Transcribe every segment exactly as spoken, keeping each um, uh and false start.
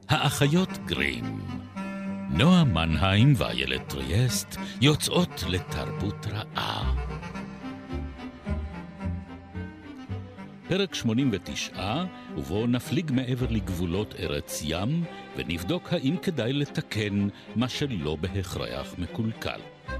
האחיות גרים. נועה מנהיים ואיילת טריאסט יוצאות לתרבות רעה. פרק שמונים ותשע, ובו נפליג מעבר לגבולות ארץ ים, ונבדוק האם כדאי לתקן מה שלא בהכרח מקולקל.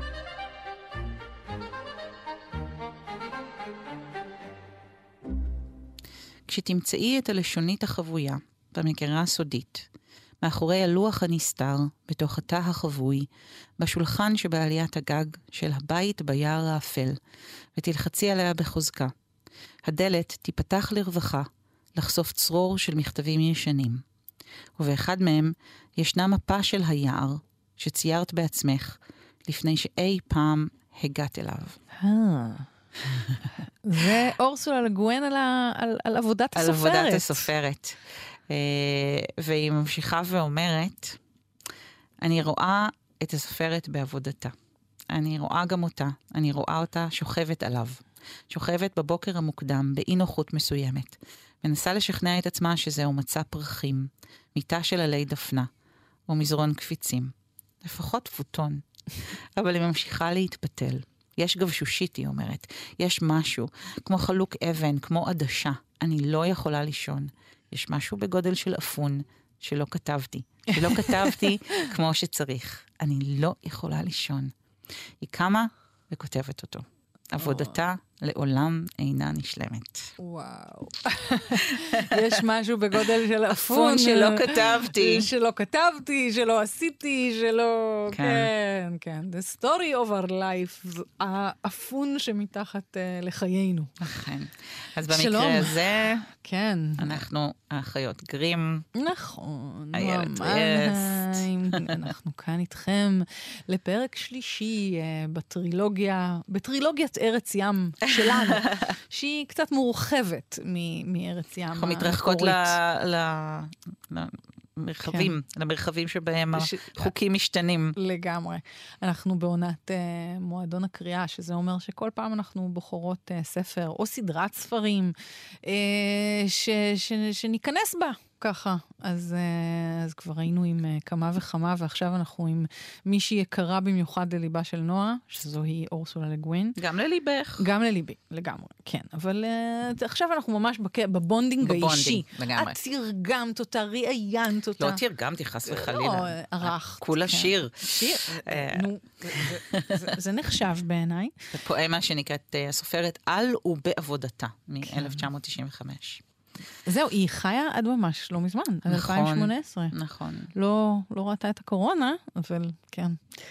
כשתמצאי את הלשונית החבויה, במקרה הסודית, מאחורי הלוח הנסתר, בתוך התא החבוי, בשולחן שבעליית הגג של הבית ביער האפל, ותלחצי עליה בחוזקה. הדלת תיפתח לרווחה, לחשוף צרור של מכתבים ישנים. ובאחד מהם ישנה מפה של היער, שציירת בעצמך, לפני שאי פעם הגעת אליו. זה אורסולה לגואן על, על, על עבודת הסופרת. על עבודת הסופרת. והיא ממשיכה ואומרת, אני רואה את הסופרת בעבודתה. אני רואה גם אותה. אני רואה אותה שוכבת עליו. שוכבת בבוקר המוקדם, באי נוחות מסוימת. מנסה לשכנע את עצמה שזהו מצע פרחים, מיטה של עלי דפנה, או מזרון קפיצים. לפחות פוטון. אבל היא ממשיכה להתפתל. יש גבשושית, היא אומרת. יש משהו, כמו חלוק אבן, כמו עדשה. אני לא יכולה לישון. יש משהו בגודל של אפון שלא כתבתי. שלא כתבתי כמו שצריך. אני לא יכולה לישון. היא קמה וכותבת אותו. עבודתה לעולם אינה נשלמת. וואו. יש משהו בגודל של אפון שלא כתבתי. שלא כתבתי, שלא עשיתי, שלא... כן, כן. The story of our life. האפון שמתחת לחיינו. נכון. אז במקרה הזה, כן. אנחנו האחיות גרים. נכון. איילת טריאסט. אנחנו כאן איתכם לפרק שלישי בטרילוגיה, בטרילוגיית ארץ ים שלנו, שהיא קצת מורחבת מארץ ים המקורית. אנחנו מתרחקות למרחבים, למרחבים שבהם החוקים משתנים. לגמרי. אנחנו בעונת מועדון הקריאה, שזה אומר שכל פעם אנחנו בוחרות ספר או סדרת ספרים שניכנס בה. ככה, אז, אז כבר היינו עם כמה וכמה, ועכשיו אנחנו עם מישהי יקרה במיוחד לליבה של נועה, שזו היא אורסולה לגואן. גם לליבך. גם לליבי, לגמרי, כן. אבל uh, עכשיו אנחנו ממש בק... בבונדינג האישי. לגמרי. את תרגמת אותה, ראיינת אותה. לא תרגמתי, חס וחלילה. לא, ערך. כולה כן. שיר. שיר. נו, זה, זה, זה נחשב בעיניי. פואמה שנקראת הסופרת על ובעבודתה, מ-אלף תשע מאות תשעים וחמש. זהו, היא חיה עד ממש לא מזמן, עד נכון, אלפיים שמונה עשרה. נכון. לא, לא ראתה את הקורונה, אבל כן.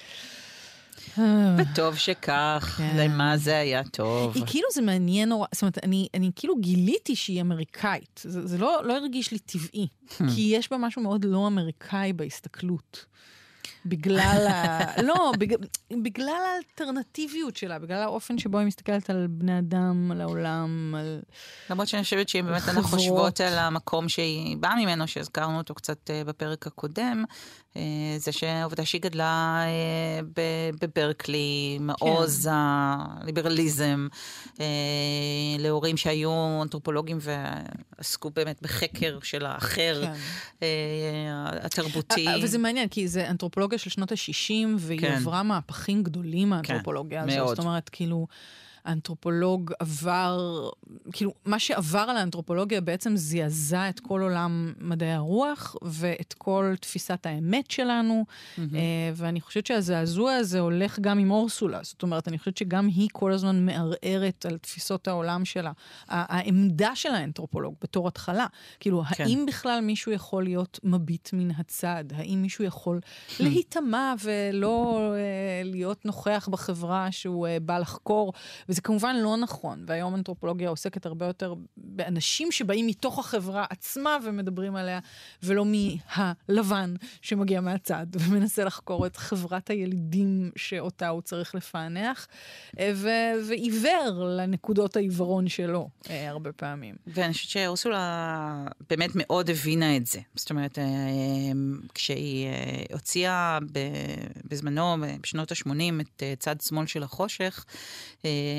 וטוב שכך, כן. למה זה היה טוב. היא כאילו זה מעניין נורא, זאת אומרת, אני, אני כאילו גיליתי שהיא אמריקאית. זה, זה לא, לא הרגיש לי טבעי, כי יש בה משהו מאוד לא אמריקאי בהסתכלות. בגלל ה... לא, בג... בגלל האלטרנטיביות שלה, בגלל האופן שבו היא מסתכלת על בני אדם, על העולם, על... למרות שאני חושבת שהיא באמת אנחנו חושבות על המקום שהיא באה ממנו, שהזכרנו אותו קצת בפרק הקודם, זה שהעובדה שהיא גדלה בברקלי, מעוז הליברליזם, להורים שהיו אנתרופולוגים ועסקו באמת בחקר של האחר, התרבותי. וזה מעניין, כי זה אנתרופולוגיה של שנות ה-שישים, והיא עברה מהפכים גדולים מהאנתרופולוגיה הזאת. זאת אומרת, כאילו... האנתרופולוג עבר, כאילו, מה שעבר על האנתרופולוגיה בעצם זעזע את כל עולם מדעי הרוח, ואת כל תפיסת האמת שלנו, mm-hmm. ואני חושבת שהזעזוע הזה הולך גם עם אורסולה, זאת אומרת, אני חושבת שגם היא כל הזמן מערערת על תפיסות העולם שלה, העמדה של האנתרופולוג בתור התחלה, כאילו, כן. האם בכלל מישהו יכול להיות מביט מן הצד? האם מישהו יכול mm-hmm. להיטמע ולא להיות נוכח בחברה שהוא בא לחקור, וזה כמובן לא נכון, והיום אנתרופולוגיה עוסקת הרבה יותר באנשים שבאים מתוך החברה עצמה ומדברים עליה, ולא מהלבן שמגיע מהצד ומנסה לחקור את חברת הילידים שאותה הוא צריך לפענח, ו- ועיוור לנקודות העיוורון שלו הרבה פעמים. ואני חושבת שאורסולה באמת מאוד הבינה את זה. זאת אומרת, כשהיא הוציאה בזמנו, בשנות ה-שמונים, את צד שמאל של החושך,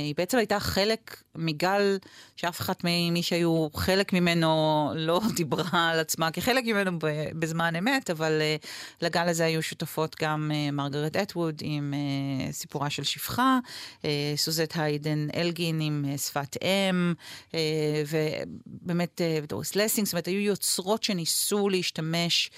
היא בעצם הייתה חלק מגל שאף אחת ממי שהיו חלק ממנו לא דיברה על עצמה כחלק ממנו בזמן אמת, אבל לגל הזה היו שותפות גם מרגרט אטווד עם סיפורה של שפחה, סוזט היידן אלגין עם שפת אם, ובאמת דוריס לסינג, זאת אומרת, היו יוצרות שניסו להשתמש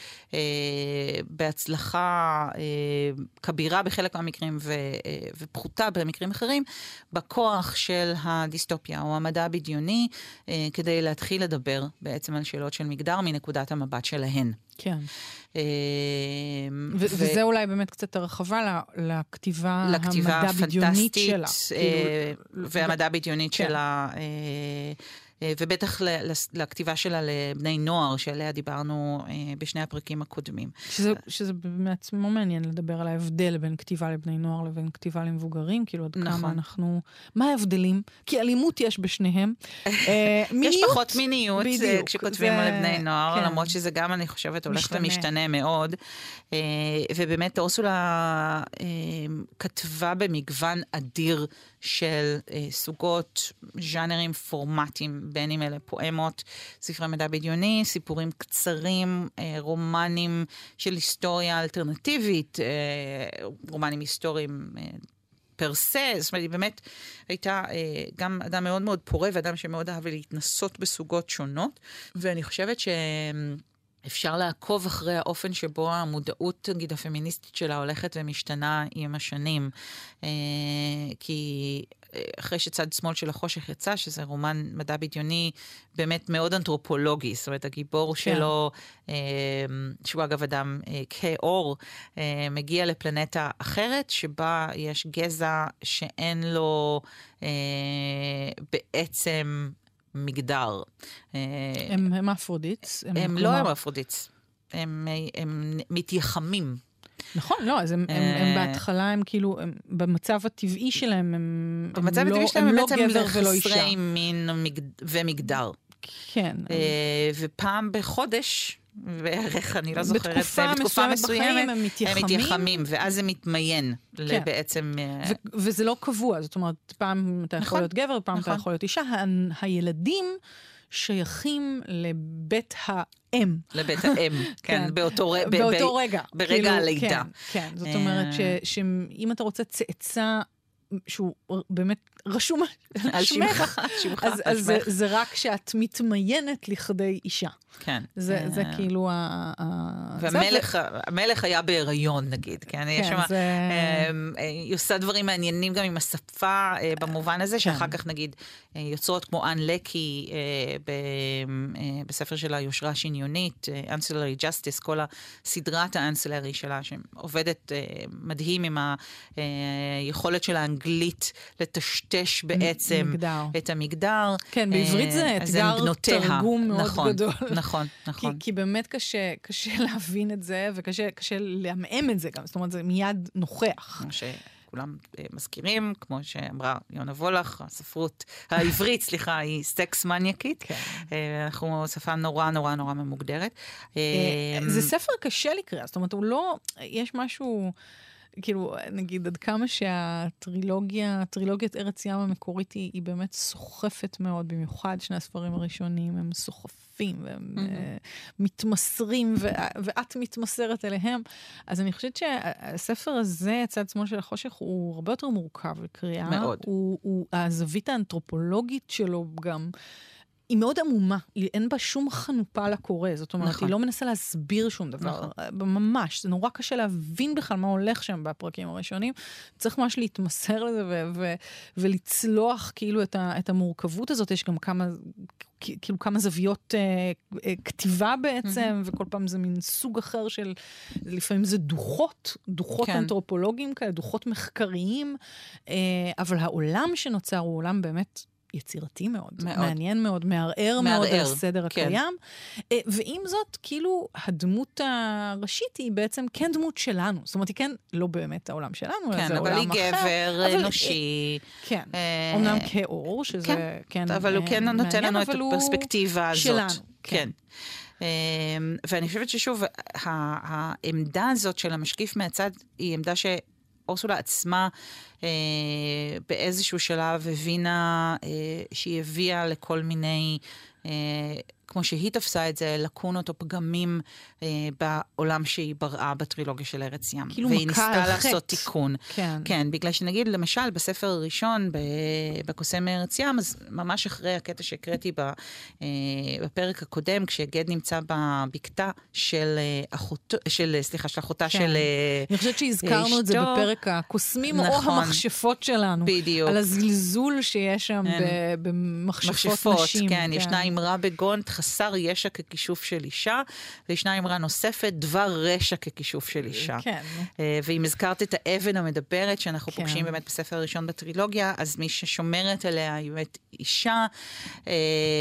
בהצלחה כבירה בחלק מהמקרים ופחותה במקרים אחרים, בכוח של הדיסטופיה או המדע הבדיוני, כדי להתחיל לדבר בעצם על שאלות של מגדר מנקודת המבט שלהן. כן. וזה אולי באמת קצת הרחבה לכתיבה המדע בדיונית שלה. והמדע בדיונית שלה, ובטח לכתיבה שלה לבני נוער, שעליה דיברנו בשני הפרקים הקודמים. שזה, שזה בעצמו מעניין לדבר על ההבדל בין כתיבה לבני נוער לבין כתיבה למבוגרים, כאילו עד נכון. כמה אנחנו... מה ההבדלים? כי אלימות יש בשניהם. מיניות, יש פחות מיניות בדיוק, כשכותבים זה... על בני נוער, כן. למרות שזה גם, אני חושבת, הולך משתנה. ומשתנה מאוד. ובאמת אורסולה כתבה במגוון אדיר של סוגות, ז'אנרים, פורמטים, בין אם אלה פואמות, ספרי מדע בדיוני, סיפורים קצרים, רומנים של היסטוריה אלטרנטיבית, רומנים היסטוריים פרסה, זאת אומרת, היא באמת הייתה גם אדם מאוד מאוד פורה, ואדם שמאוד אהב להתנסות בסוגות שונות, ואני חושבת ש... אפשר לעקוב אחרי האופן שבו המודעות, נגיד, הפמיניסטית שלה הולכת ומשתנה עם השנים. כי אחרי שצד שמאל של החושך יצא, שזה רומן מדע בדיוני באמת מאוד אנתרופולוגי, זאת אומרת, הגיבור כן. שלו, שהוא אגב אדם כאור, מגיע לפלנטה אחרת, שבה יש גזע שאין לו בעצם... מגדר. הם, הם אפרודיטס. הם, הם לא הם אפרודיטס. הם, הם מתייחמים. נכון, לא, אז הם, הם, הם בהתחלה, הם כאילו, הם, במצב הטבעי שלהם, הם, במצב הם הטבעי לא, שלהם הם הם לא בעצם גבר ולא אישה. חסרי מין ומגדר. כן. ופעם בחודש, בערך, אני לא זוכרת, בתקופה, בתקופה מסוימת, הם מתייחמים. הם מתייחמים, ואז זה מתמיין כן. בעצם... ו- וזה לא קבוע, זאת אומרת, פעם אתה יכול נכון, להיות גבר, פעם נכון. אתה יכול להיות אישה. ה- הילדים שייכים לבית האם. לבית האם, כן, כן. באותו, ר... באותו ב- רגע. ברגע כאילו, הלידה. כן, כן, זאת אומרת ש- שאם אתה רוצה צאצא, שהוא באמת רשום על שמך, אז, אז זה, זה רק שאת מתמיינת לכדי אישה. כן. זה, זה כאילו ה... והמלך, המלך היה בהיריון, נגיד. כן, יש שם, היא עושה דברים מעניינים גם עם השפה, במובן הזה, שאחר כך, נגיד, יוצרות כמו אן לקי, בספר של היושרה השניונית, Ancillary Justice, כל הסדרת האנסלרי שלה, שעובדת מדהים עם היכולת של האנגלית לטשטש בעצם את המגדר. כן, בעברית זה אתגר תרגום מאוד גדול. נכון, נכון. כי, כי באמת קשה, קשה להבין את זה, וקשה, קשה להמאם את זה גם. זאת אומרת, זה מיד נוכח. כמו שכולם מזכירים, כמו שאמרה יונה וולך, הספרות העברית, סליחה, היא סקס מניאקית. כן. אנחנו שפה נורא, נורא, נורא ממוגדרת. זה ספר קשה לקרוא, זאת אומרת, הוא לא, יש משהו... כאילו, נגיד, עד כמה שהטרילוגיה, טרילוגיית ארץ ים המקורית היא, היא באמת סוחפת מאוד, במיוחד שני הספרים הראשונים, הם סוחפים, והם mm-hmm. uh, מתמסרים, ו- ואת מתמסרת אליהם. אז אני חושבת שהספר הזה, צד שמאל של החושך, הוא הרבה יותר מורכב לקריאה. מאוד. הוא, הוא, הזווית האנתרופולוגית שלו גם... היא מאוד עמומה, אין בה שום חנופה לקורא, זאת אומרת, נכון. היא לא מנסה להסביר שום דבר, נכון. ממש, זה נורא קשה להבין בכלל מה הולך שם בפרקים הראשונים, צריך ממש להתמסר לזה ו- ו- ולצלוח כאילו את, ה- את המורכבות הזאת, יש גם כמה, כאילו כמה זוויות אה, אה, כתיבה בעצם, mm-hmm. וכל פעם זה מין סוג אחר של, לפעמים זה דוחות, דוחות כן. אנתרופולוגיים כאלה, דוחות מחקריים, אה, אבל העולם שנוצר הוא עולם באמת, יצירתי מאוד, מאוד, מעניין מאוד, מערער מאוד על הסדר כן. הקיים, ועם זאת, כאילו, הדמות הראשית היא בעצם כן דמות שלנו, זאת אומרת, היא כן לא באמת העולם שלנו, כן, זה אבל עולם היא אחר, גבר אבל אנושי. כן, אומנם כאור, שזה כן, כן אבל הוא כן מעניין, נותן לנו את הפרספקטיבה הזאת. שלנו, כן. כן. ואני חושבת ששוב, העמדה הזאת של המשקיף מהצד, היא עמדה ש... אורסולה עצמה אה, באיזשהו שלב הבינה אה, שהיא הביאה לכל מיני, אה, כמו שהיא תפסה את זה, לקונות או פגמים אה, בעולם שהיא בראה בטרילוגיה של ארץ ים. כאילו והיא מכה ניסתה על לעשות חטא. תיקון. כן. כן, בגלל שנגיד, למשל, בספר הראשון, ב- בקוסם מארץ ים, אז ממש אחרי הקטע שהקראתי ב- אה, בפרק הקודם, כשגד נמצא בבקתה של אה, אחותו, של, סליחה, של אחותה כן. של אה, אני חושבת שהזכרנו את זה אשתו. בפרק הקוסמים נכון. או המכשפות שלנו. בדיוק. על הזלזול שיש שם כן. ב- במכשפות מכשפות, נשים. כן, ישנה אמרה בגונט, חסר ישע ככישוף של אישה, וישנה אמרה נוספת, דבר רשע ככישוף של אישה. כן. אה, ואם הזכרת את האבן המדברת, שאנחנו כן. פוגשים באמת בספר הראשון בטרילוגיה, אז מי ששומרת עליה היא באמת אישה. אה,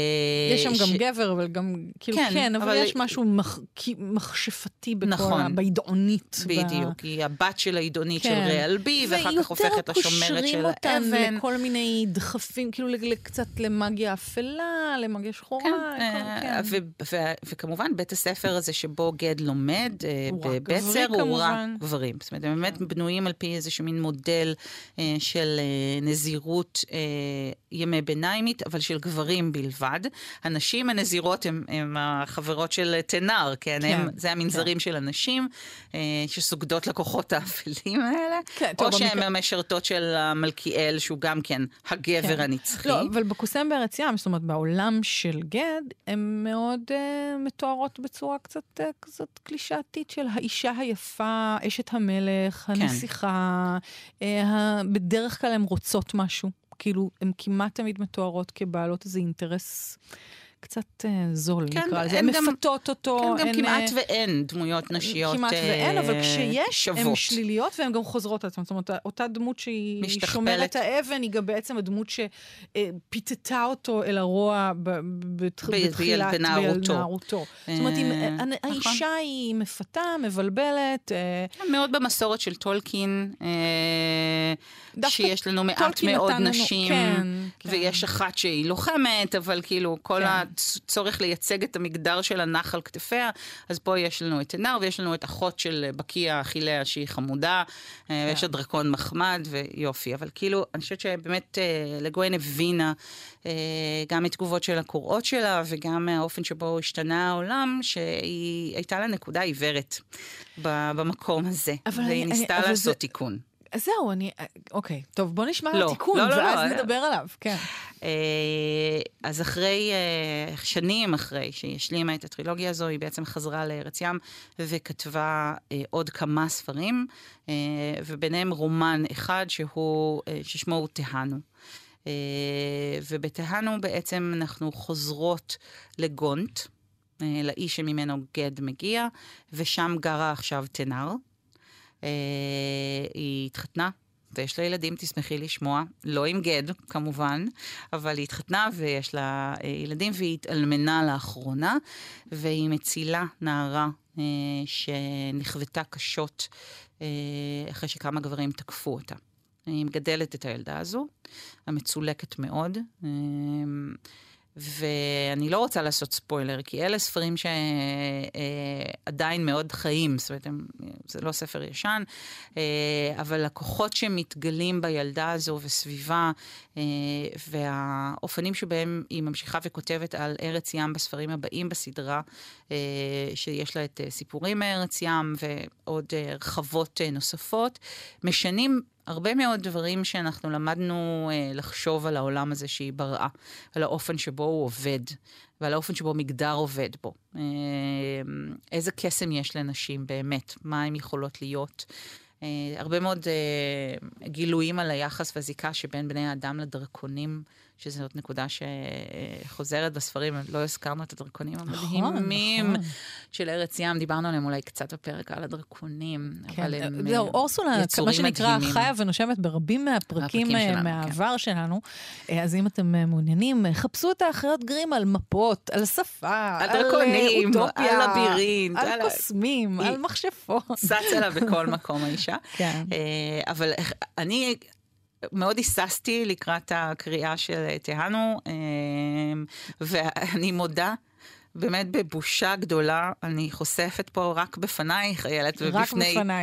יש שם ש- גם גבר, אבל גם, כאילו, כן, כן, אבל אבל- יש משהו מח- כי- מכשפתי בכל נכון. ה... בעידעונית. ב- בדיוק, היא הבת של העידונית של כן. ריאלבי, ואחר כך הופכת לשומרת של ויותר האבן. קושרים אותן לכל מיני דחפים, כאילו ל- קצת למאגיה אפלה, למאגיה שחורה. כן, כל- אה, כן. ו- ו- וכמובן בית הספר הזה שבו גד לומד אה, הוא רק בבצר גברי, הוא רק כמובן. גברים. זאת אומרת, הם באמת בנויים על פי איזשהו מין מודל אה, של אה, נזירות אה, ימי ביניימית, אבל של גברים בלבד. הנשים הנזירות הן החברות של תנר, כן? כן, הם, זה המנזרים של הנשים אה, שסוגדות לכוחות האפלים האלה, כן, או טוב, שהן במקרה- המשרתות של המלכיאל, שהוא גם כן הגבר כן. הנצחי. לא, אבל בקוסם בארץ ים, זאת אומרת, בעולם של גד, הן מאוד uh, מתוארות בצורה קצת uh, כזאת קלישאתית של האישה היפה, אשת המלך, הנסיכה, uh, ה- בדרך כלל הן רוצות משהו. כאילו, הן כמעט תמיד מתוארות כבעלות איזה אינטרס קצת uh, זול, כן, נקרא לזה. הן הן גם- מפתות אותו. כן, גם הן, כמעט uh, ואין דמויות נשיות כמעט אה, ואין, אבל כשיש, הן שוות. שליליות והן גם חוזרות על עצמן. זאת אומרת, אותה דמות שהיא משתכפלת. שומרת האבן, היא גם בעצם הדמות שפיתתה אותו אל הרוע ב- ב- ב- בתחילת, בנערותו. בנערותו. זאת אומרת, אם- אה, הנ- נכון. האישה היא מפתה, מבלבלת, אה, מאוד במסורת של טולקין, אה, דווקא שיש לנו מעט טולקין מאוד נתן לנו- נשים, כן, כן. ויש אחת שהיא לוחמת, אבל כאילו כל כן. הצורך לייצג את המגדר של הנח על כתפיה, אז פה יש לנו את עינר, ויש לנו את אחות של בקיה אחיליה שהיא חמודה, אה, ויש את דרקון מחמד ויופי, אבל כאילו, אני חושבת שבאמת אה, לגויין הבינה אה, גם מתגובות של הקוראות שלה, וגם מהאופן שבו השתנה העולם, שהיא הייתה לה נקודה עיוורת ב- במקום הזה, אבל והיא אני- ניסתה אני- אבל לעשות זה- תיקון. אז זהו, אני... אוקיי, טוב, בוא נשמע על לא, התיקון, לא, לא, ואז לא, נדבר עליו, כן. אה, אז אחרי, אה, שנים אחרי שהיא השלימה את הטרילוגיה הזו, היא בעצם חזרה לארץ ים וכתבה אה, עוד כמה ספרים, אה, וביניהם רומן אחד שהוא, אה, ששמו הוא תהנו. אה, ובתהנו בעצם אנחנו חוזרות לגונט, אה, לאיש שממנו גד מגיע, ושם גרה עכשיו תנר. אה, היא התחתנה. ויש לה ילדים, תשמחי לשמוע, לא עם גד, כמובן, אבל היא התחתנה ויש לה אה, ילדים, והיא התאלמנה לאחרונה, והיא מצילה נערה אה, שנכוותה קשות אה, אחרי שכמה גברים תקפו אותה. היא מגדלת את הילדה הזו, המצולקת מאוד, אה, ואני לא רוצה לעשות ספוילר, כי אלה ספרים שעדיין מאוד חיים, זאת אומרת, הם, זה לא ספר ישן, אבל הכוחות שמתגלים בילדה הזו וסביבה, והאופנים שבהם היא ממשיכה וכותבת על ארץ ים בספרים הבאים בסדרה, שיש לה את סיפורים מארץ ים ועוד רחבות נוספות, משנים הרבה מאוד דברים שאנחנו למדנו אה, לחשוב על העולם הזה שהיא בראה, על האופן שבו הוא עובד, ועל האופן שבו מגדר עובד בו. אה, איזה קסם יש לנשים באמת, מה הן יכולות להיות. אה, הרבה מאוד אה, גילויים על היחס והזיקה שבין בני האדם לדרקונים, שזאת נקודה שחוזרת בספרים, לא הזכרנו את הדרקונים המדהימים נכון, נכון. של ארץ ים, דיברנו עליהם אולי קצת בפרק על הדרקונים, כן. אבל הם זהו, אורסולה, יצורים מה שנקרא, מדהימים. חיה ונושמת ברבים מהפרקים מהפרקים שלנו, מהעבר שלנו. אז אם אתם מעוניינים, חפשו את האחיות גרים על מפות, על שפה, על על דרקונים, אוטופיה, על לבירינט, על על- קוסמים, היא- על מכשפות. צץ לה בכל מקום האישה. כן. אה, אבל אני מאוד היססתי לקראת הקריאה של תהנו, אה, ואני מודה, באמת בבושה גדולה, אני חושפת פה רק בפנייך, איילת, רק ובפני בפניי.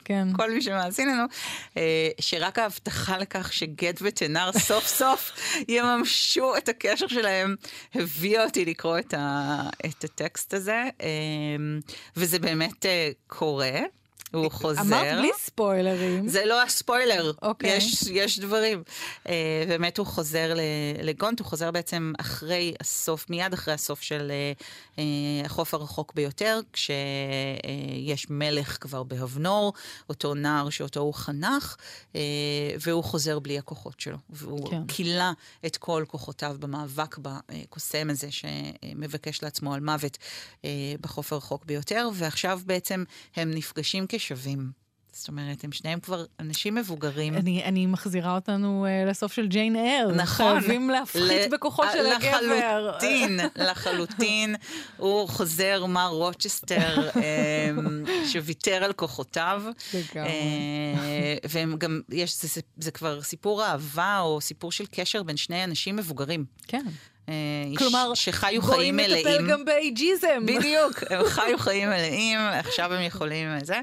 כן. כל מי שמאזין לנו, שרק ההבטחה לכך שגט ותנר סוף סוף יממשו את הקשר שלהם, הביאה אותי לקרוא את, ה, את הטקסט הזה, וזה באמת קורה. הוא חוזר. אמרת בלי ספוילרים. זה לא הספוילר. אוקיי. יש, יש דברים. Uh, באמת הוא חוזר לגונט, הוא חוזר בעצם אחרי הסוף, מיד אחרי הסוף של uh, uh, החוף הרחוק ביותר, כשיש uh, מלך כבר בהבנור, אותו נער שאותו הוא חנך, uh, והוא חוזר בלי הכוחות שלו. והוא כן. קילה את כל כוחותיו במאבק בקוסם הזה, שמבקש לעצמו על מוות uh, בחוף הרחוק ביותר, ועכשיו בעצם הם נפגשים כשווים. זאת אומרת, הם שניהם כבר אנשים מבוגרים. אני, אני מחזירה אותנו uh, לסוף של ג'יין אייר. נכון. חייבים להפחית בכוחו של הגבר. לחלוטין, לחלוטין. הוא חוזר מר רוצ'סטר, um, שוויתר על כוחותיו. לגמרי. Uh, והם גם, יש, זה, זה כבר סיפור אהבה, או סיפור של קשר בין שני אנשים מבוגרים. כן. כלומר, שחיו חיים מלאים. בואי נטפל גם באייג'יזם. בדיוק, הם חיו חיים מלאים, עכשיו הם יכולים לזה.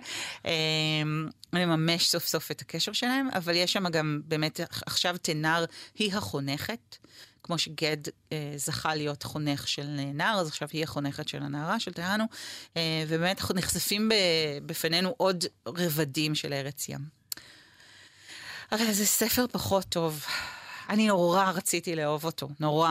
לממש סוף סוף את הקשר שלהם, אבל יש שם גם באמת, עכשיו תנר היא החונכת, כמו שגד אה, זכה להיות חונך של נער, אז עכשיו היא החונכת של הנערה, של תהנו, אה, ובאמת נחשפים בפנינו עוד רבדים של ארץ ים. הרי זה ספר פחות טוב. אני נורא רציתי לאהוב אותו, נורא.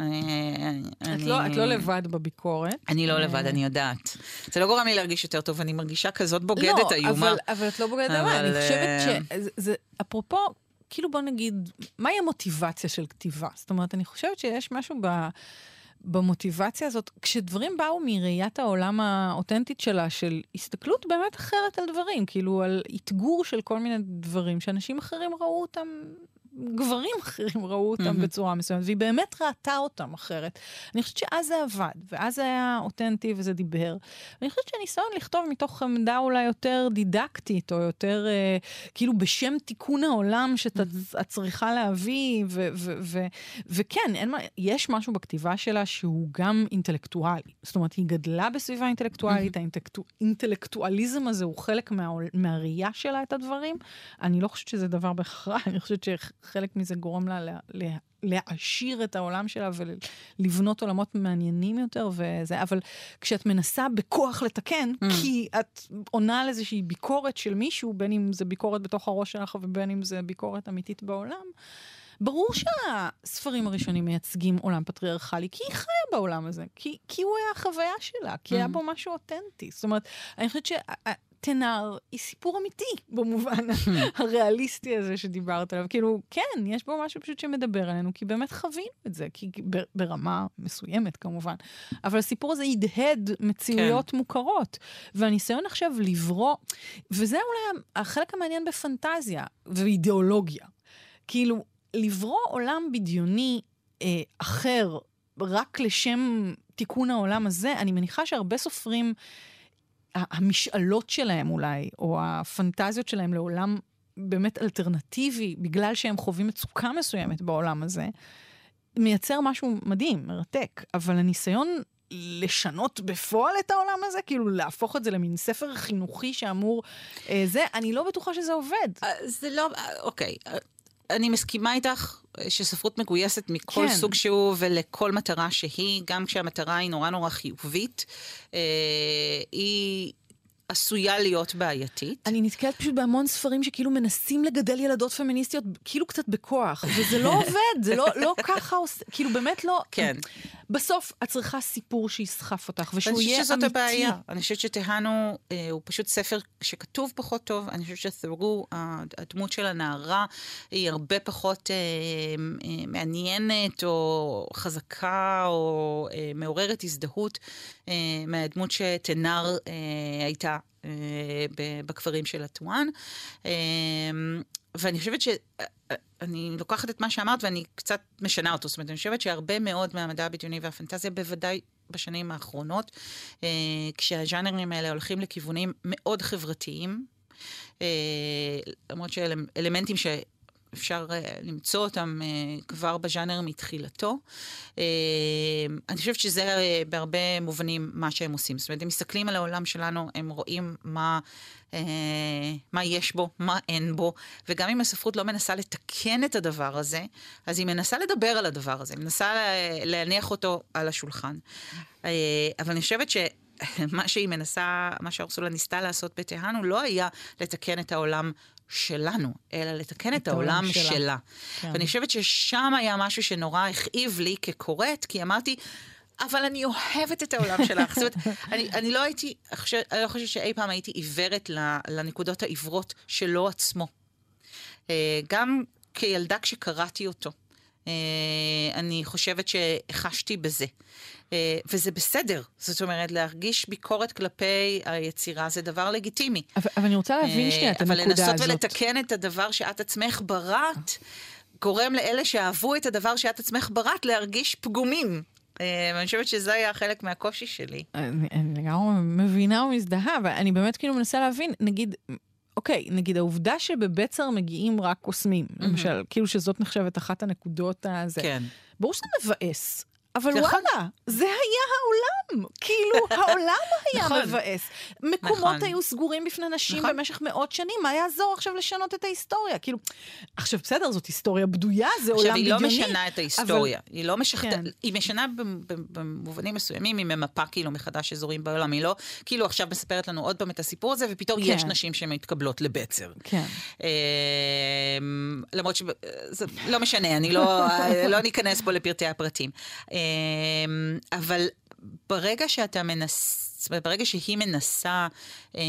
את לא לבד בביקורת. אני לא לבד, אני יודעת. זה לא גורם לי להרגיש יותר טוב, אני מרגישה כזאת בוגדת איומה. לא, אבל את לא בוגדת איומה. אני חושבת שזה, אפרופו, כאילו בוא נגיד, מהי המוטיבציה של כתיבה? זאת אומרת, אני חושבת שיש משהו במוטיבציה הזאת, כשדברים באו מראיית העולם האותנטית שלה, של הסתכלות באמת אחרת על דברים, כאילו על התגור של כל מיני דברים, שאנשים אחרים ראו אותם, גברים אחרים ראו אותם mm-hmm. בצורה מסוימת, והיא באמת ראתה אותם אחרת. אני חושבת שאז זה עבד, ואז זה היה אותנטי וזה דיבר. אני חושבת שהניסיון לכתוב מתוך עמדה אולי יותר דידקטית, או יותר אה, כאילו בשם תיקון העולם שאת mm-hmm. צריכה להביא, ו- ו- ו- וכן, אין מה, יש משהו בכתיבה שלה שהוא גם אינטלקטואלי. זאת אומרת, היא גדלה בסביבה אינטלקטואלית, mm-hmm. האינטלקטואליזם הזה הוא חלק מה, מהראייה שלה את הדברים. אני לא חושבת שזה דבר בהכרח, אני חושבת ש... חלק מזה גורם לה לה, לה, להעשיר את העולם שלה ולבנות עולמות מעניינים יותר וזה, אבל כשאת מנסה בכוח לתקן, mm. כי את עונה על איזושהי ביקורת של מישהו, בין אם זה ביקורת בתוך הראש שלך ובין אם זה ביקורת אמיתית בעולם, ברור שהספרים הראשונים מייצגים עולם פטריארכלי, כי היא חיה בעולם הזה, כי, כי הוא היה החוויה שלה, כי mm. היה בו משהו אותנטי. זאת אומרת, אני חושבת ש... תנר היא סיפור אמיתי, במובן הריאליסטי הזה שדיברת עליו. כאילו, כן, יש בו משהו פשוט שמדבר עלינו, כי באמת חווינו את זה, כי ברמה מסוימת כמובן. אבל הסיפור הזה ידהד מציאויות כן. מוכרות. והניסיון עכשיו לברוא, וזה אולי החלק המעניין בפנטזיה ואידיאולוגיה. כאילו, לברוא עולם בדיוני אה, אחר, רק לשם תיקון העולם הזה, אני מניחה שהרבה סופרים המשאלות שלהם אולי, או הפנטזיות שלהם לעולם באמת אלטרנטיבי, בגלל שהם חווים מצוקה מסוימת בעולם הזה, מייצר משהו מדהים, מרתק. אבל הניסיון לשנות בפועל את העולם הזה, כאילו להפוך את זה למין ספר חינוכי שאמור, אה, זה, אני לא בטוחה שזה עובד. זה לא, אוקיי. אני מסכימה איתך שספרות מגויסת מכל כן. סוג שהוא ולכל מטרה שהיא, גם כשהמטרה היא נורא נורא חיובית, אה, היא עשויה להיות בעייתית. אני נתקלת פשוט בהמון ספרים שכאילו מנסים לגדל ילדות פמיניסטיות, כאילו קצת בכוח, וזה לא עובד, זה לא, לא ככה עושה, כאילו באמת לא... כן. בסוף את צריכה סיפור שיסחף אותך, ושהוא יהיה אמיתי. אני חושבת שזאת הבעיה. אני חושבת שתהנו, אה, הוא פשוט ספר שכתוב פחות טוב, אני חושבת שתראו, הדמות של הנערה היא הרבה פחות אה, אה, מעניינת, או חזקה, או אה, מעוררת הזדהות, אה, מהדמות שתנר אה, הייתה אה, בכפרים של הטואן. אה, ואני חושבת ש... אני לוקחת את מה שאמרת ואני קצת משנה אותו. זאת אומרת, אני חושבת שהרבה מאוד מהמדע הבדיוני והפנטזיה, בוודאי בשנים האחרונות, אה, כשהז'אנרים האלה הולכים לכיוונים מאוד חברתיים, אה, למרות שאלמנטים ש... אפשר למצוא אותם כבר בז'אנר מתחילתו. אני חושבת שזה בהרבה מובנים מה שהם עושים. זאת אומרת, הם מסתכלים על העולם שלנו, הם רואים מה, מה יש בו, מה אין בו, וגם אם הספרות לא מנסה לתקן את הדבר הזה, אז היא מנסה לדבר על הדבר הזה, היא מנסה להניח אותו על השולחן. אבל אני חושבת ש... מה שהיא מנסה, מה שאורסולה ניסתה לעשות בתיהנו, לא היה לתקן את העולם שלנו, אלא לתקן את, את העולם שלה. שלה. כן. ואני חושבת ששם היה משהו שנורא הכאיב לי כקוראת, כי אמרתי, אבל אני אוהבת את העולם שלך. זאת אומרת, אני, אני לא הייתי, אני לא חושבת שאי פעם הייתי עיוורת לנקודות העיוורות שלו עצמו. גם כילדה כשקראתי אותו, אני חושבת שהחשתי בזה. וזה בסדר. זאת אומרת, להרגיש ביקורת כלפי היצירה זה דבר לגיטימי. אבל, אבל אני רוצה להבין שנייה את הנקודה הזאת. אבל לנסות ולתקן את הדבר שאת עצמך בראת, גורם לאלה שאהבו את הדבר שאת עצמך בראת להרגיש פגומים. ואני חושבת שזה היה חלק מהקושי שלי. אני, אני גם מבינה ומזדהה, אבל אני באמת כאילו מנסה להבין, נגיד... אוקיי, נגיד העובדה שבבצר מגיעים רק קוסמים, למשל, כאילו שזאת נחשבת אחת הנקודות הזה. כן. ברור שזה מבאס, אבל וואלה, זה היה העולם. כאילו, העולם היה מבאס. מקומות היו סגורים בפני נשים במשך מאות שנים, מה יעזור עכשיו לשנות את ההיסטוריה? כאילו, עכשיו בסדר, זאת היסטוריה בדויה, זה עולם בדיוני. עכשיו, היא לא משנה את ההיסטוריה. היא לא משנה, היא משנה במובנים מסוימים, היא ממפה כאילו מחדש אזורים בעולם. היא לא, כאילו עכשיו מספרת לנו עוד פעם את הסיפור הזה, ופתאום יש נשים שמתקבלות לבצר. כן. למרות שזה לא משנה, אני לא ניכנס פה לפרטי הפרטים. אבל ברגע שאתה מנס... ברגע שהיא מנסה אה,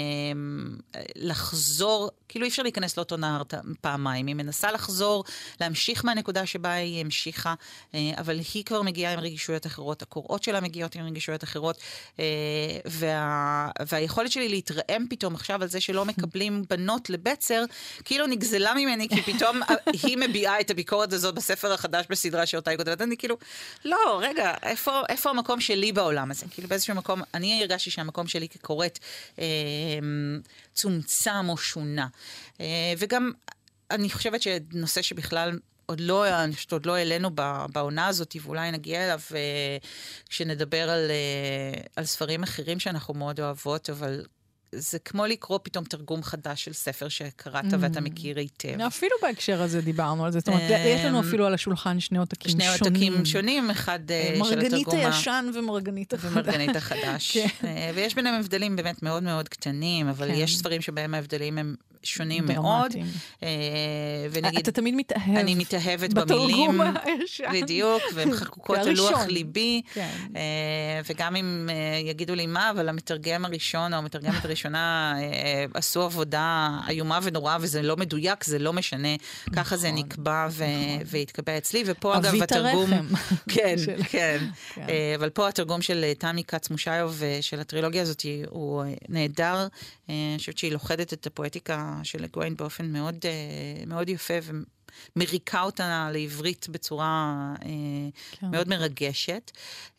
לחזור, כאילו אי אפשר להיכנס לאותו נהר פעמיים, היא מנסה לחזור, להמשיך מהנקודה שבה היא המשיכה, אה, אבל היא כבר מגיעה עם רגישויות אחרות, הקוראות שלה מגיעות עם רגישויות אחרות, אה, וה, והיכולת שלי להתרעם פתאום עכשיו על זה שלא מקבלים בנות לבצר, כאילו נגזלה ממני, כי פתאום היא מביעה את הביקורת הזאת בספר החדש בסדרה שאותה היא כותבת, אני כאילו, לא, רגע, איפה, איפה המקום שלי בעולם הזה? כאילו באיזשהו מקום, אני הרגשתי שהמקום שלי כקוראת אה, צומצם או שונה. אה, וגם אני חושבת שנושא שבכלל עוד לא, עוד לא אלינו בעונה הזאת, ואולי נגיע אליו אה, כשנדבר על, אה, על ספרים אחרים שאנחנו מאוד אוהבות, אבל זה כמו לקרוא פתאום תרגום חדש של ספר שקראת ואתה מכיר היטב. אפילו בהקשר הזה דיברנו על זה. זאת אומרת, יש לנו אפילו על השולחן שני עותקים שונים. שני עותקים שונים, אחד של התרגום. מרגנית הישן ומרגנית החדש. ומרגנית החדש. ויש ביניהם הבדלים באמת מאוד מאוד קטנים, אבל יש ספרים שבהם ההבדלים הם שונים מאוד. אתה תמיד מתאהב. אני מתאהבת במילים. בדיוק, והן חקוקות על לוח ליבי. וגם אם יגידו לי מה, אבל המתרגם הראשון או המתרגמת הראשונה ראשונה עשו עבודה איומה ונוראה, וזה לא מדויק, זה לא משנה. ככה זה נקבע והתקבע אצלי, ופה אגב התרגום... כן, כן. אבל פה התרגום של תמי כץ מושיוב של הטרילוגיה הזאת הוא נהדר. אני חושבת שהיא לוחדת את הפואטיקה של גווין באופן מאוד, מאוד יפה, ומריקה אותה לעברית בצורה כן. מאוד מרגשת.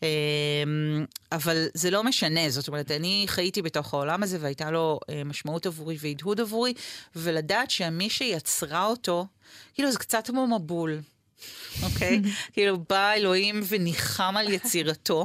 אבל זה לא משנה, זאת אומרת, אני חייתי בתוך העולם הזה, והייתה לו משמעות עבורי והדהוד עבורי, ולדעת שמי שיצרה אותו, כאילו זה קצת כמו מבול, אוקיי? כאילו בא אלוהים וניחם על יצירתו,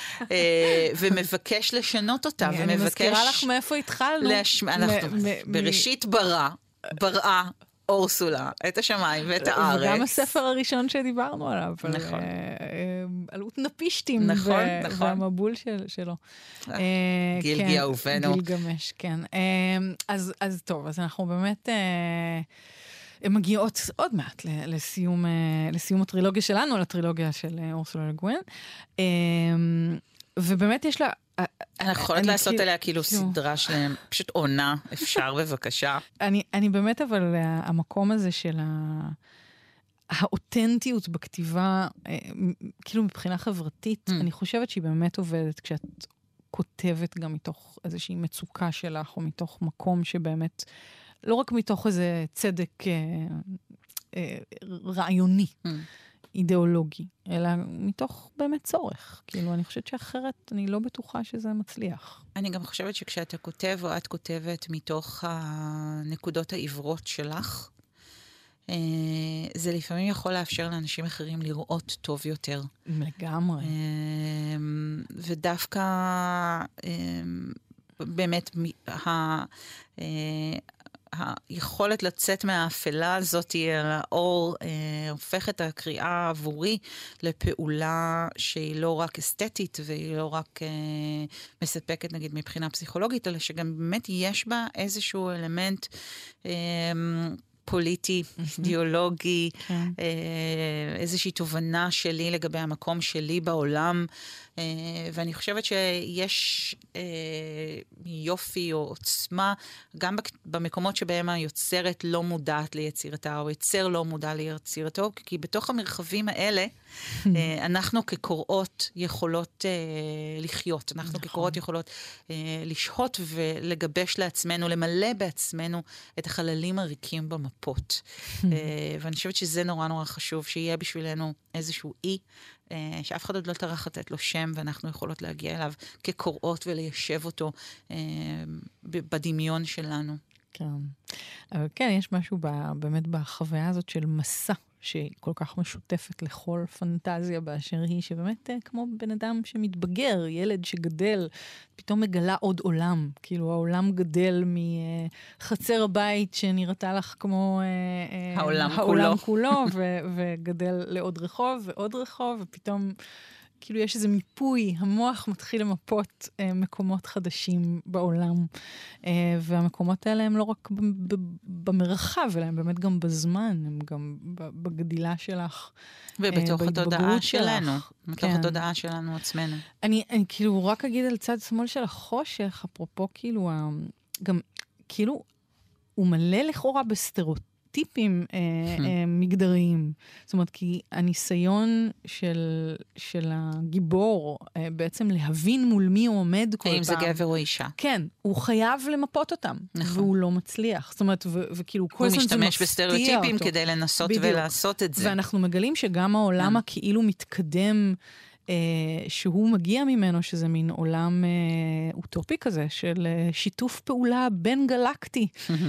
ומבקש לשנות אותה, ומבקש... אני מזכירה לך מאיפה התחלנו. בראשית ברא, בראה, אורסולה, את השמיים ואת הארץ. וגם הספר הראשון שדיברנו עליו. נכון. על אוטנפישטים. נכון, נכון. והמבול שלו. גילגי אהובנו. גילגמש, כן. אז טוב, אז אנחנו באמת... מגיעות עוד מעט לסיום, לסיום הטרילוגיה שלנו, לטרילוגיה של אורסולה לה גווין. ובאמת יש לה... אנחנו יכולות לעשות עליה כאילו סדרה שלהם, פשוט עונה, אפשר בבקשה. אני באמת, אבל המקום הזה של האותנטיות בכתיבה, כאילו מבחינה חברתית, אני חושבת שהיא באמת עובדת כשאת כותבת גם מתוך איזושהי מצוקה שלך, או מתוך מקום שבאמת... לא רק מתוך איזה צדק אה, אה, רעיוני, mm. אידיאולוגי, אלא מתוך באמת צורך. כאילו, אני חושבת שאחרת אני לא בטוחה שזה מצליח. אני גם חושבת שכשאתה כותב או את כותבת מתוך הנקודות העברות שלך, זה לפעמים יכול לאפשר לאנשים אחרים לראות טוב יותר. לגמרי. ודווקא באמת היכולת לצאת מהאפלה הזאת אל האור, אה, הופך את הקריאה עבורי לפעולה שהיא לא רק אסתטית, והיא לא רק אה, מספקת נגיד מבחינה פסיכולוגית, אלא שגם באמת יש בה איזשהו אלמנט אה, פוליטי, אידיאולוגי, איזושהי תובנה שלי לגבי המקום שלי בעולם, ואני חושבת שיש יופי או עוצמה, גם במקומות שבהם היוצרת לא מודעת ליצירתה, או יצר לא מודע ליצירתו, כי בתוך המרחבים האלה, אנחנו כקוראות יכולות לחיות, אנחנו כקוראות יכולות לשהות ולגבש לעצמנו, למלא בעצמנו את החללים הריקים במפות. ואני חושבת שזה נורא נורא חשוב, שיהיה בשבילנו איזשהו אי, שאף אחד עוד לא טרח לתת לו שם, ואנחנו יכולות להגיע אליו כקוראות וליישב אותו בדמיון שלנו. כן. אבל כן, יש משהו באמת בחוויה הזאת של מסע, שהיא כל כך משותפת לכל פנטזיה באשר היא, שבאמת כמו בן אדם שמתבגר, ילד שגדל, פתאום מגלה עוד עולם. כאילו העולם גדל מחצר הבית שנראתה לך כמו העולם, העולם כולו, כולו ו- וגדל לעוד רחוב ועוד רחוב, ופתאום כאילו יש איזה מיפוי, המוח מתחיל למפות אה, מקומות חדשים בעולם, אה, והמקומות האלה הם לא רק ב- ב- במרחב, אלא הם באמת גם בזמן, הם גם בגדילה שלך, ובתוך אה, התודעה שלנו, בתוך כן. התודעה שלנו עצמנו. אני, אני כאילו רק אגיד על צד שמאל של החושך, אפרופו כאילו, גם כאילו, הוא מלא לכאורה בסטריאוטיפים, טיפים אה, אה, מגדריים. זאת אומרת, כי הניסיון של, של הגיבור אה, בעצם להבין מול מי הוא עומד כל פעם. האם זה גבר או אישה. כן, הוא חייב למפות אותם. נכון. והוא לא מצליח. זאת אומרת, ו- וכאילו, כל הזמן זה מפתיע אותו. הוא משתמש בסטריאוטיפים כדי לנסות בדיוק. ולעשות את זה. ואנחנו מגלים שגם העולם הכאילו מתקדם, שהוא מגיע ממנו, שזה מין עולם אוטופי כזה, של שיתוף פעולה בין גלקטי,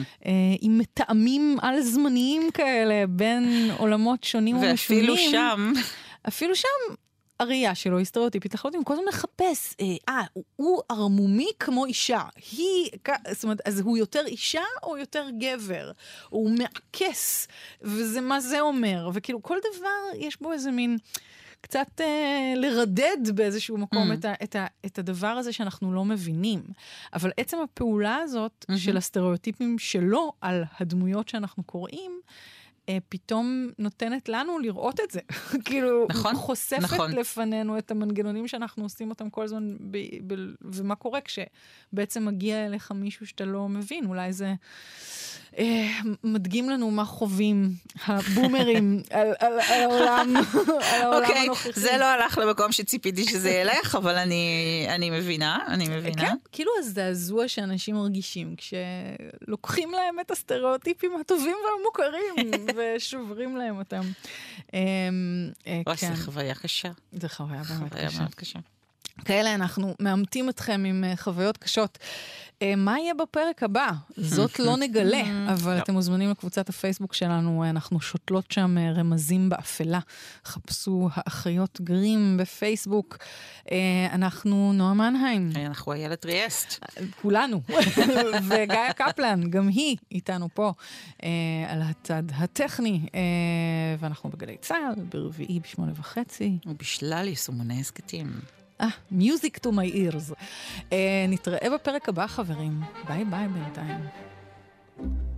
עם מטעמים על זמניים כאלה, בין עולמות שונים ומשונים. ואפילו שם. אפילו שם, הראייה שלו היא סטריאוטיפית, אנחנו יודעים, כל הזמן מחפש, אה, הוא ערמומי כמו אישה. היא, זאת אומרת, אז הוא יותר אישה או יותר גבר? הוא מעקס, וזה מה זה אומר. וכאילו, כל דבר יש בו איזה מין קצת אה, לרדד באיזשהו מקום mm. את, ה, את, ה, את הדבר הזה שאנחנו לא מבינים. אבל עצם הפעולה הזאת mm-hmm. של הסטריאוטיפים שלו על הדמויות שאנחנו קוראים, אה, פתאום נותנת לנו לראות את זה. כאילו, נכון, חושפת נכון. לפנינו את המנגנונים שאנחנו עושים אותם כל הזמן, ב, ב, ומה קורה כשבעצם מגיע אליך מישהו שאתה לא מבין. אולי זה אה, מדגים לנו מה חווים הבומרים על, על, על העולם, על העולם okay, הנוכחי. זה לא הלך למקום שציפיתי שזה ילך, אבל אני, אני מבינה, אני מבינה. כן, כאילו הזעזוע שאנשים מרגישים, כשלוקחים להם את הסטריאוטיפים הטובים והמוכרים, ושוברים להם אותם. אוי, זה חוויה קשה. זה חוויה באמת קשה. מאוד קשה. כאלה, אנחנו מאמתים אתכם עם חוויות קשות. מה יהיה בפרק הבא? זאת לא נגלה, אבל אתם מוזמנים לקבוצת הפייסבוק שלנו, אנחנו שותלות שם רמזים באפלה. חפשו האחיות גרים בפייסבוק. אנחנו נועה מנהיים. אנחנו איילת ריאסט. כולנו. וגיא קפלן, גם היא איתנו פה, על הצד הטכני. ואנחנו בגלי צהל, ברביעי בשמונה וחצי. ובשלל יישומוני הסקטים. אה, Music to my ears. Uh, נתראה בפרק הבא, חברים. ביי ביי בינתיים.